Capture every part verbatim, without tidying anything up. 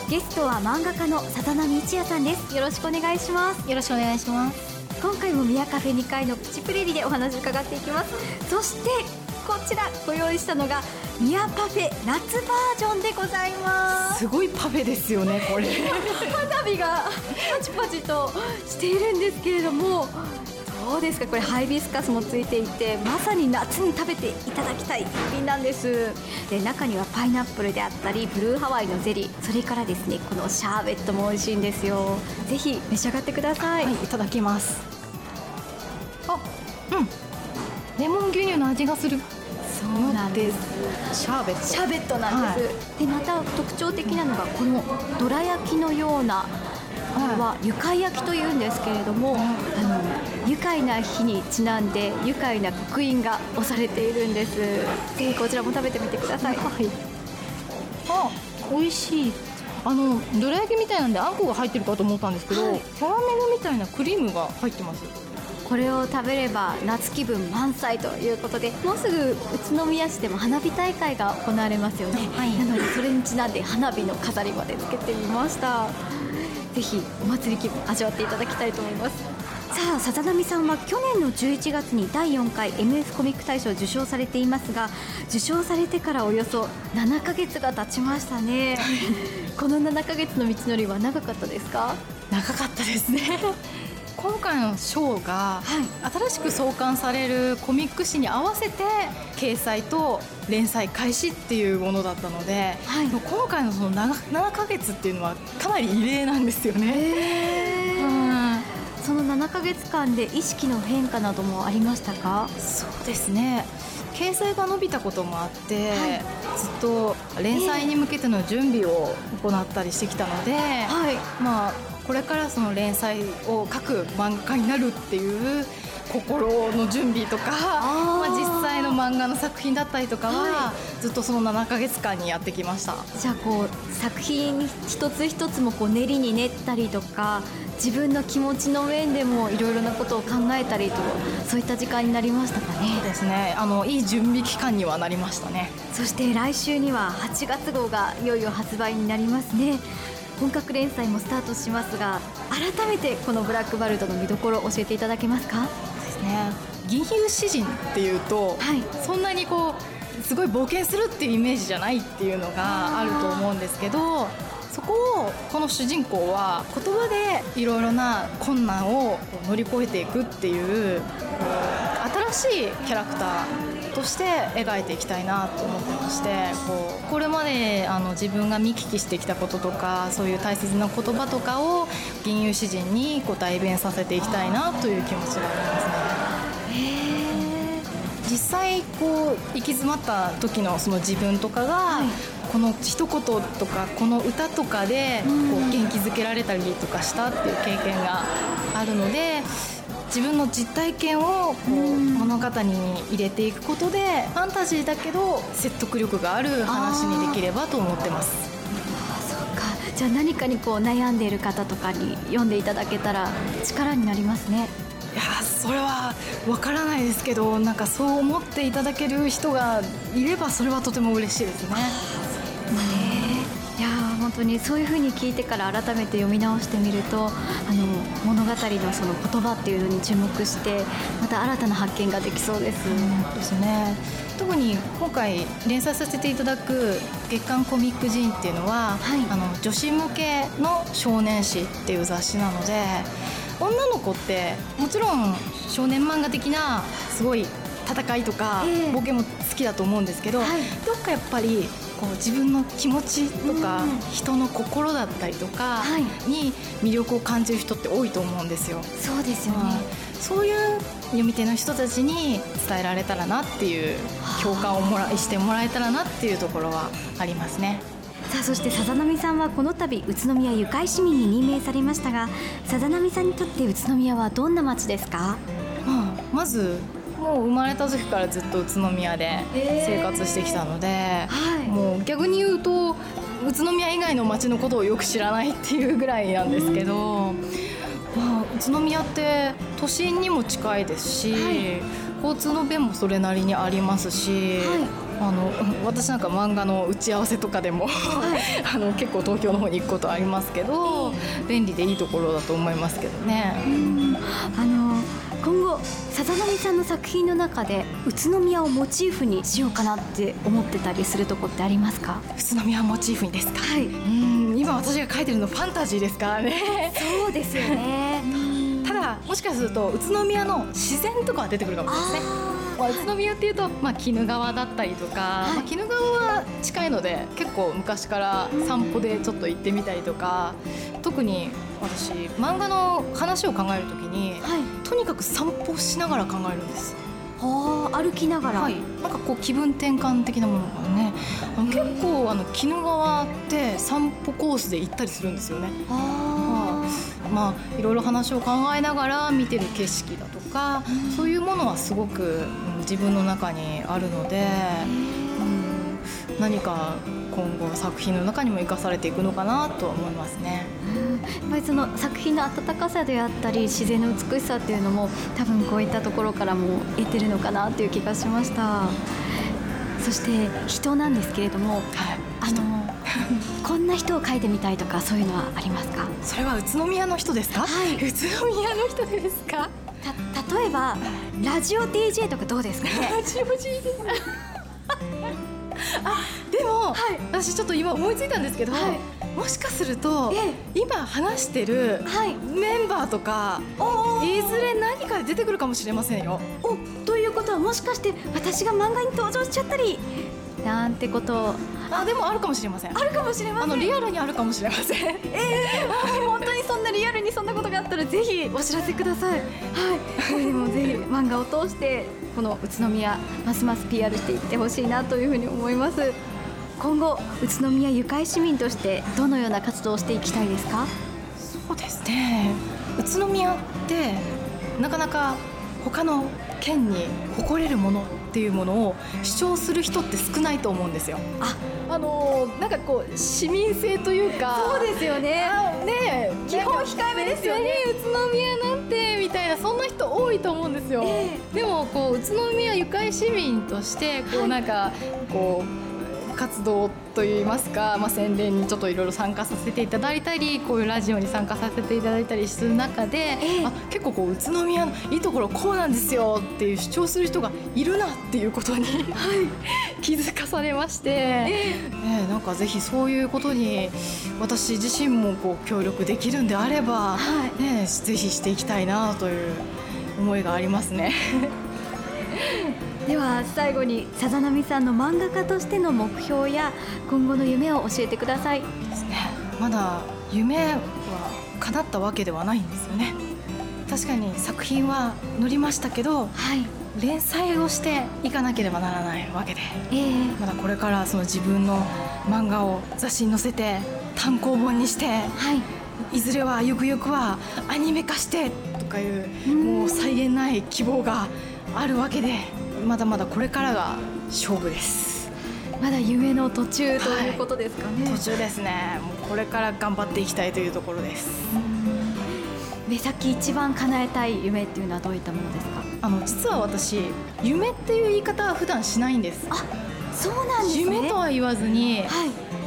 ゲストは漫画家の笹波一也さんです。よろしくお願いします。 よろしくお願いします。 今回も宮カフェにかいのプチプレリでお話を伺っていきます。そしてこちらご用意したのが宮パフェ夏バージョンでございます。 すごいパフェですよねこれ花火がパチパチとしているんですけれども、どうですか、これハイビスカスもついていてまさに夏に食べていただきたい一品なんです。で中にはパイナップルであったりブルーハワイのゼリー、それからですねこのシャーベットも美味しいんですよ。ぜひ召し上がってください。 はい、いただきます。あ、うん、レモン牛乳の味がする。 そうなんです。 シャーベットシャーベットなんです、はい、でまた特徴的なのがこのどら焼きのような、これは愉快焼きというんですけれども、あの愉快な日にちなんで愉快な刻印が押されているんです。ぜひこちらも食べてみてください。はい、 あ、美味しい。あのどら焼きみたいなんであんこが入ってるかと思ったんですけど、はい、キャラメルみたいなクリームが入ってます。 これを食べれば夏気分満載ということで、もうすぐ宇都宮市でも花火大会が行われますよね、はい、なのでそれにちなんで花火の飾りまでつけてみました。ぜひお祭り気分味わっていただきたいと思います。さあ笹波さんは去年のじゅういちがつにだいよんかい エムエフ コミック大賞を受賞されていますが、受賞されてからおよそななかげつが経ちましたねこのななかげつの道のりは長かったですか？ 長かったですね今回の賞が新しく創刊されるコミック誌に合わせて掲載と連載開始っていうものだったので、はい、今回のその 7, ななかげつっていうのはかなり異例なんですよね。 へー、うん、そのななかげつかんで意識の変化などもありましたか？ そうですね、掲載が伸びたこともあって、はい、ずっと連載に向けての準備を行ったりしてきたので、はい、まあこれからその連載を書く漫画家になるっていう心の準備とか、あ、まあ、実際の漫画の作品だったりとかは、はい、ずっとそのななかげつかんにやってきました。 じゃあこう作品一つ一つもこう練りに練ったりとか、自分の気持ちの面でもいろいろなことを考えたりと、そういった時間になりましたかね？ そうですね、あのいい準備期間にはなりましたね。 そして来週にははちがつ号がいよいよ発売になりますね。本格連載もスタートしますが、改めてこのブラックバルドの見どころを教えていただけますか？ そうですね、銀融詩人っていうと、はい、そんなにこうすごい冒険するっていうイメージじゃないっていうのがあると思うんですけど、そこをこの主人公は言葉でいろいろな困難を乗り越えていくっていう新しいキャラクターとして描いていきたいなと思ってまして、こうこれまであの自分が見聞きしてきたこととか、そういう大切な言葉とかを銀融詩人にこう代弁させていきたいなという気持ちがありますね。へー、実際こう行き詰まった時のその自分とかが、はい、この一言とかこの歌とかでこう元気づけられたりとかしたっていう経験があるので、自分の実体験をこう物語に入れていくことでファンタジーだけど説得力がある話にできればと思ってます。 あ、そうか。じゃあ何かにこう悩んでいる方とかに読んでいただけたら力になりますね。 いや、それは分からないですけど、なんかそう思っていただける人がいればそれはとても嬉しいですね。 いや本当にそういう風に聞いてから改めて読み直してみると、あの物語のその言葉っていうのに注目してまた新たな発見ができそうです。 うんですね。特に今回連載させていただく月刊コミックジーンっていうのは、はい、あの女子向けの少年誌っていう雑誌なので、女の子ってもちろん少年漫画的なすごい戦いとか、えー、冒険も好きだと思うんですけど、はい、どっかやっぱりこう自分の気持ちとか、うん、人の心だったりとかに魅力を感じる人って多いと思うんですよ。 そうですよね、まあ、 そういう読み手の人たちに伝えられたらなっていう、共感をもらしてもらえたらなっていうところはありますね。 さあそして笹波さんはこの度宇都宮ゆかい市民に任命されましたが、笹波さんにとって宇都宮はどんな街ですか？ まあ、まずもう生まれた時からずっと宇都宮で生活してきたので、えーはい、もう逆に言うと宇都宮以外の街のことをよく知らないっていうぐらいなんですけど、まあ、宇都宮って都心にも近いですし、はい、交通の便もそれなりにありますし、はい、 あの私なんか漫画の打ち合わせとかでも、はい、あの結構東京の方に行くことありますけど、便利でいいところだと思いますけどね。 うん、あの今後さざ波さんの作品の中で宇都宮をモチーフにしようかなって思ってたりするとこってありますか？ 宇都宮をモチーフにですか？はい、うん、今私が書いてるのファンタジーですからね。 そうですよね。 ただもしかすると宇都宮の自然とかは出てくるかもしれないですね。まあ、宇都宮っていうと、まあ、鬼怒川だったりとか、はい、まあ、鬼怒川は近いので結構昔から散歩でちょっと行ってみたりとか、特に私漫画の話を考えるときに、はい、とにかく散歩しながら考えるんです。 はあ、歩きながら、 はい、なんかこう気分転換的なものがね、あの結構あの鬼怒川って散歩コースで行ったりするんですよね。あ、まあいろいろ話を考えながら見てる景色だとか、うん、そういうものはすごく、うん、自分の中にあるので、うん、何か今後作品の中にも生かされていくのかなとは思いますね。 うん、やっぱりその作品の温かさであったり自然の美しさっていうのも多分こういったところからも得てるのかなっていう気がしました。そして人なんですけれども、はい、あのこんな人を描いてみたいとかそういうのはありますか？ それは宇都宮の人ですか？はい、宇都宮の人ですか？ た例えばラジオ ディージェー とかどうですかね？ ラジオ ディージェー あ、でも、はい、私ちょっと今思いついたんですけど、はい、もしかすると、ええ、今話してるメンバーとか、はい、いずれ何かで出てくるかもしれませんよ。 お、ということはもしかして私が漫画に登場しちゃったりなんてことあ、でもあるかもしれません。 あるかもしれません。 あのリアルにあるかもしれません。えー、本当にそんなリアルにそんなことがあったらぜひお知らせください。はい、でもぜひ漫画を通してこの宇都宮ますます ピーアール していってほしいなというふうに思います。今後宇都宮ゆかい市民としてどのような活動をしていきたいですか？ そうですね、宇都宮ってなかなか他の県に誇れるものっていうものを主張する人って少ないと思うんですよ。あ、あのー、なんかこう市民性というか。 そうですよね。 ね、 基本控えめですよね。 宇都宮なんてみたいなそんな人多いと思うんですよ。えー、でもこう宇都宮ゆかい市民としてこうなんかこう活動といいますか、まあ、宣伝にちょっといろいろ参加させていただいたり、こういうラジオに参加させていただいたりする中で、えー、あ、結構こう宇都宮のいいところこうなんですよっていう主張する人がいるなっていうことに、はい、気づかされまして、えーね、なんかぜひそういうことに私自身もこう協力できるんであれば、はいね、ぜひしていきたいなという思いがありますね。 では最後にさざ波さんの漫画家としての目標や今後の夢を教えてください。 ですね、まだ夢は叶ったわけではないんですよね。確かに作品は載りましたけど、はい、連載をしていかなければならないわけで、えー、まだこれからその自分の漫画を雑誌に載せて単行本にして、はい、いずれはゆくゆくはアニメ化してとかいう、うん、もう際限ない希望があるわけで、まだまだこれからが勝負です。 まだ夢の途中ということですかね。 はい、途中ですね。もうこれから頑張っていきたいというところです。 目先一番叶えたい夢っていうのはどういったものですか？ あの実は私夢っていう言い方は普段しないんです。 あ、そうなんですね。 夢とは言わずに、はい、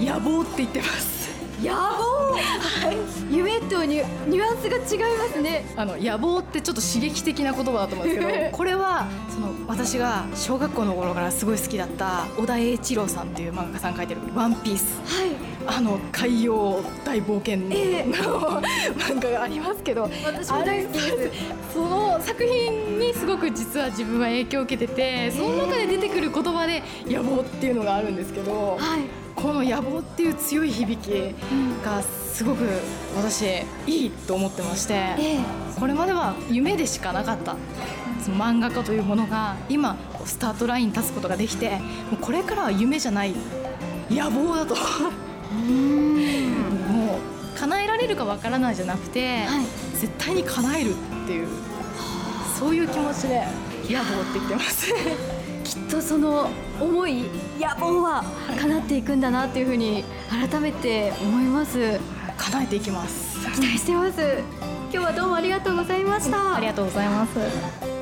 野望って言ってます。 野望、はい、夢とニュ、ニュアンスが違いますね。 あの野望ってちょっと刺激的な言葉だと思うんですけどこれはその私が小学校の頃からすごい好きだった小田栄一郎さんっていう漫画家さんが描いてるワンピース、はい、あの海洋大冒険の、えー、漫画がありますけど、 私も大好きです。 その作品にすごく実は自分は影響を受けてて、その中で出てくる言葉で野望っていうのがあるんですけど、はい、この野望っていう強い響きがすごく私いいと思ってまして、えー、これまでは夢でしかなかったその漫画家というものが今スタートラインに立つことができて、もうこれからは夢じゃない野望だとうーんもう叶えられるかわからないじゃなくて、はい、絶対に叶えるっていうそういう気持ちで野望って言ってますきっとその思い野望は叶っていくんだなっていうふうに改めて思います。 叶えていきます。 期待してます。今日はどうもありがとうございました。 ありがとうございます。